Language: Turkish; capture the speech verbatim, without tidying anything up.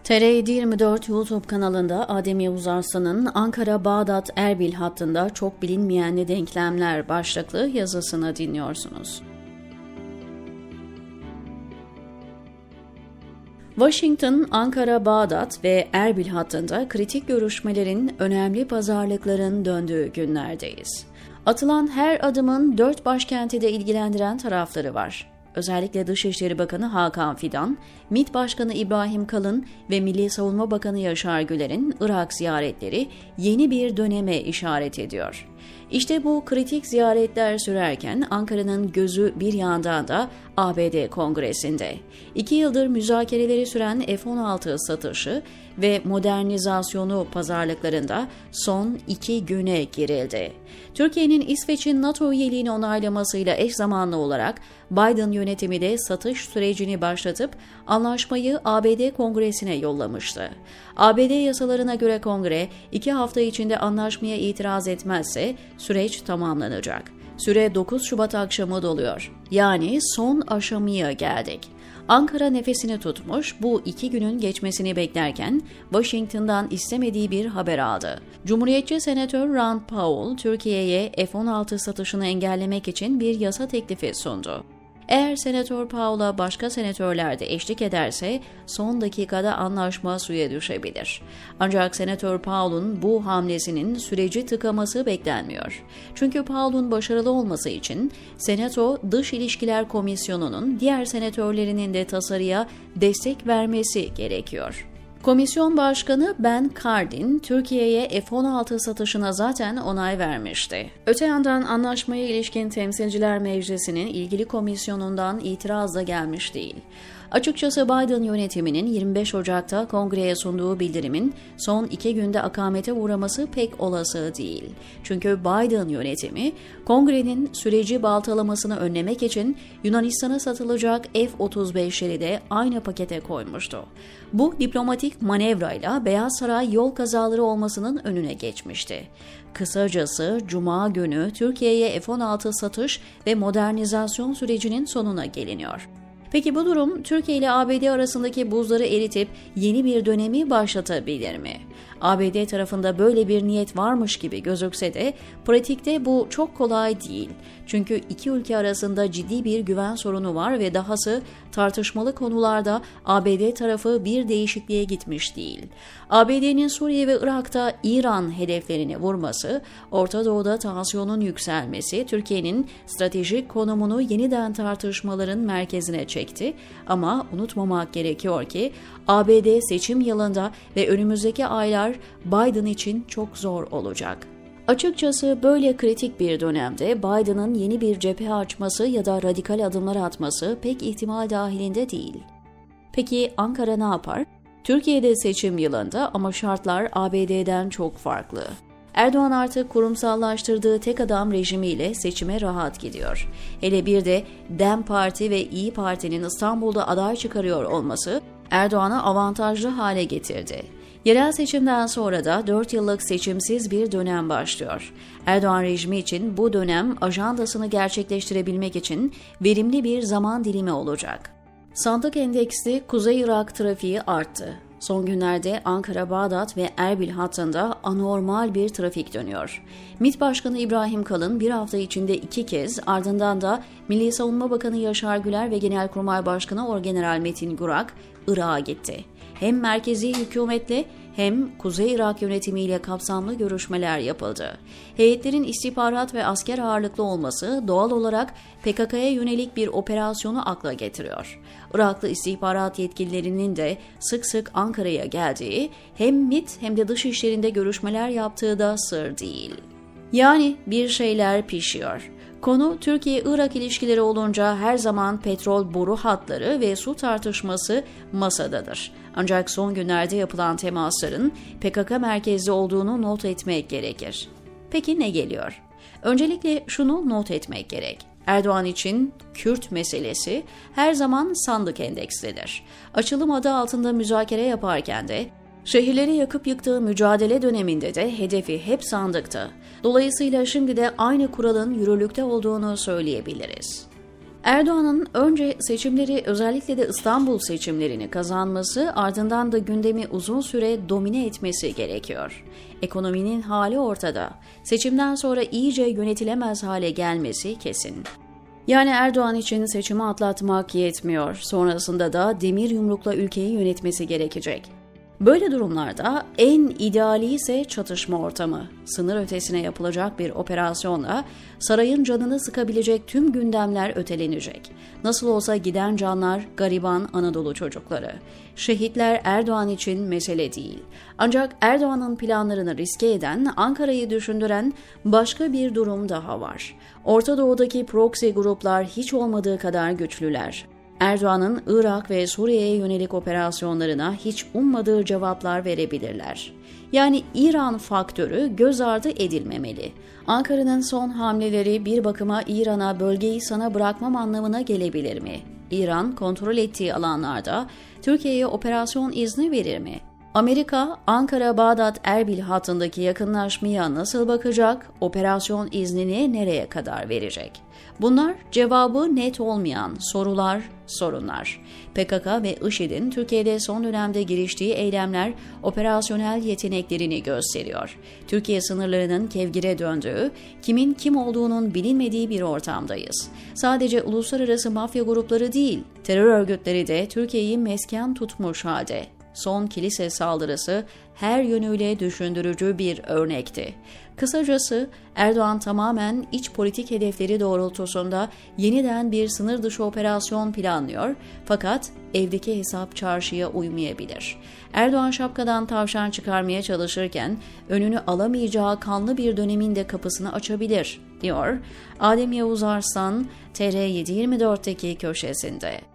T R yedi yirmi dört YouTube kanalında Adem Yavuz Arslan'ın Ankara-Bağdat-Erbil hattında çok bilinmeyen denklemler başlıklı yazısını dinliyorsunuz. Washington, Ankara-Bağdat ve Erbil hattında kritik görüşmelerin, önemli pazarlıkların döndüğü günlerdeyiz. Atılan her adımın dört başkenti de ilgilendiren tarafları var. Özellikle Dışişleri Bakanı Hakan Fidan, MİT Başkanı İbrahim Kalın ve Milli Savunma Bakanı Yaşar Güler'in Irak ziyaretleri yeni bir döneme işaret ediyor. İşte bu kritik ziyaretler sürerken Ankara'nın gözü bir yandan da A B D Kongresi'nde. İki yıldır müzakereleri süren F on altı satışı ve modernizasyonu pazarlıklarında son iki güne girildi. Türkiye'nin İsveç'in NATO üyeliğini onaylamasıyla eş zamanlı olarak Biden yönetimi de satış sürecini başlatıp anlaşmayı A B D Kongresi'ne yollamıştı. A B D yasalarına göre Kongre iki hafta içinde anlaşmaya itiraz etmezse süreç tamamlanacak. Süre dokuz Şubat akşamı doluyor. Yani son aşamaya geldik. Ankara nefesini tutmuş, bu iki günün geçmesini beklerken Washington'dan istemediği bir haber aldı. Cumhuriyetçi Senatör Rand Paul, Türkiye'ye F on altı satışını engellemek için bir yasa teklifi sundu. Eğer Senatör Paul'a başka senatörler de eşlik ederse son dakikada anlaşma suya düşebilir. Ancak Senatör Paul'un bu hamlesinin süreci tıkaması beklenmiyor. Çünkü Paul'un başarılı olması için Senato Dış İlişkiler Komisyonu'nun diğer senatörlerinin de tasarıya destek vermesi gerekiyor. Komisyon Başkanı Ben Cardin, Türkiye'ye F on altı satışına zaten onay vermişti. Öte yandan anlaşmaya ilişkin Temsilciler Meclisi'nin ilgili komisyonundan itiraz da gelmiş değil. Açıkçası Biden yönetiminin yirmi beş Ocak'ta Kongre'ye sunduğu bildirimin son iki günde akamete uğraması pek olası değil. Çünkü Biden yönetimi, Kongre'nin süreci baltalamasını önlemek için Yunanistan'a satılacak F otuz beşleri de aynı pakete koymuştu. Bu diplomatik manevrayla Beyaz Saray yol kazaları olmasının önüne geçmişti. Kısacası Cuma günü Türkiye'ye F on altı satış ve modernizasyon sürecinin sonuna geliniyor. Peki bu durum Türkiye ile A B D arasındaki buzları eritip yeni bir dönemi başlatabilir mi? A B D tarafında böyle bir niyet varmış gibi gözükse de pratikte bu çok kolay değil. Çünkü iki ülke arasında ciddi bir güven sorunu var ve dahası tartışmalı konularda A B D tarafı bir değişikliğe gitmiş değil. A B D'nin Suriye ve Irak'ta İran hedeflerini vurması, Orta Doğu'da tansiyonun yükselmesi, Türkiye'nin stratejik konumunu yeniden tartışmaların merkezine çekti. Ama unutmamak gerekiyor ki A B D seçim yılında ve önümüzdeki aylar Biden için çok zor olacak. Açıkçası böyle kritik bir dönemde Biden'ın yeni bir cephe açması ya da radikal adımlar atması pek ihtimal dahilinde değil. Peki Ankara ne yapar? Türkiye'de seçim yılında ama şartlar A B D'den çok farklı. Erdoğan artık kurumsallaştırdığı tek adam rejimiyle seçime rahat gidiyor. Hele bir de DEM Parti ve İyi Parti'nin İstanbul'da aday çıkarıyor olması Erdoğan'ı avantajlı hale getirdi. Yerel seçimden sonra da dört yıllık seçimsiz bir dönem başlıyor. Erdoğan rejimi için bu dönem ajandasını gerçekleştirebilmek için verimli bir zaman dilimi olacak. Sandık endeksli Kuzey Irak trafiği arttı. Son günlerde Ankara-Bağdat ve Erbil hattında anormal bir trafik dönüyor. MİT Başkanı İbrahim Kalın bir hafta içinde iki kez, ardından da Milli Savunma Bakanı Yaşar Güler ve Genelkurmay Başkanı Orgeneral Metin Gurak Irak'a gitti. Hem merkezi hükümetle hem Kuzey Irak yönetimiyle kapsamlı görüşmeler yapıldı. Heyetlerin istihbarat ve asker ağırlıklı olması doğal olarak P K K'ya yönelik bir operasyonu akla getiriyor. Iraklı istihbarat yetkililerinin de sık sık Ankara'ya geldiği, hem MİT hem de dışişlerinde görüşmeler yaptığı da sır değil. Yani bir şeyler pişiyor. Konu Türkiye-Irak ilişkileri olunca her zaman petrol boru hatları ve su tartışması masadadır. Ancak son günlerde yapılan temasların P K K merkezli olduğunu not etmek gerekir. Peki ne geliyor? Öncelikle şunu not etmek gerek. Erdoğan için Kürt meselesi her zaman sandık endekslidir. Açılım adı altında müzakere yaparken de şehirleri yakıp yıktığı mücadele döneminde de hedefi hep sandıktı. Dolayısıyla şimdi de aynı kuralın yürürlükte olduğunu söyleyebiliriz. Erdoğan'ın önce seçimleri, özellikle de İstanbul seçimlerini kazanması, ardından da gündemi uzun süre domine etmesi gerekiyor. Ekonominin hali ortada. Seçimden sonra iyice yönetilemez hale gelmesi kesin. Yani Erdoğan için seçimi atlatmak yetmiyor. Sonrasında da demir yumrukla ülkeyi yönetmesi gerekecek. Böyle durumlarda en ideali ise çatışma ortamı. Sınır ötesine yapılacak bir operasyonla sarayın canını sıkabilecek tüm gündemler ötelenecek. Nasıl olsa giden canlar gariban Anadolu çocukları. Şehitler Erdoğan için mesele değil. Ancak Erdoğan'ın planlarını riske eden, Ankara'yı düşündüren başka bir durum daha var. Orta Doğu'daki proxy gruplar hiç olmadığı kadar güçlüler. Erdoğan'ın Irak ve Suriye'ye yönelik operasyonlarına hiç ummadığı cevaplar verebilirler. Yani İran faktörü göz ardı edilmemeli. Ankara'nın son hamleleri bir bakıma İran'a bölgeyi sana bırakmam anlamına gelebilir mi? İran kontrol ettiği alanlarda Türkiye'ye operasyon izni verir mi? Amerika, Ankara-Bağdat-Erbil hattındaki yakınlaşmaya nasıl bakacak, operasyon iznini nereye kadar verecek? Bunlar cevabı net olmayan sorular, sorunlar. P K K ve IŞİD'in Türkiye'de son dönemde giriştiği eylemler operasyonel yeteneklerini gösteriyor. Türkiye sınırlarının kevgire döndüğü, kimin kim olduğunun bilinmediği bir ortamdayız. Sadece uluslararası mafya grupları değil, terör örgütleri de Türkiye'yi mesken tutmuş halde. Son kilise saldırısı her yönüyle düşündürücü bir örnekti. Kısacası Erdoğan tamamen iç politik hedefleri doğrultusunda yeniden bir sınır dışı operasyon planlıyor, fakat evdeki hesap çarşıya uymayabilir. Erdoğan şapkadan tavşan çıkarmaya çalışırken önünü alamayacağı kanlı bir dönemin de kapısını açabilir, diyor Adem Yavuz Arslan T R yedi yirmi dörtteki köşesinde.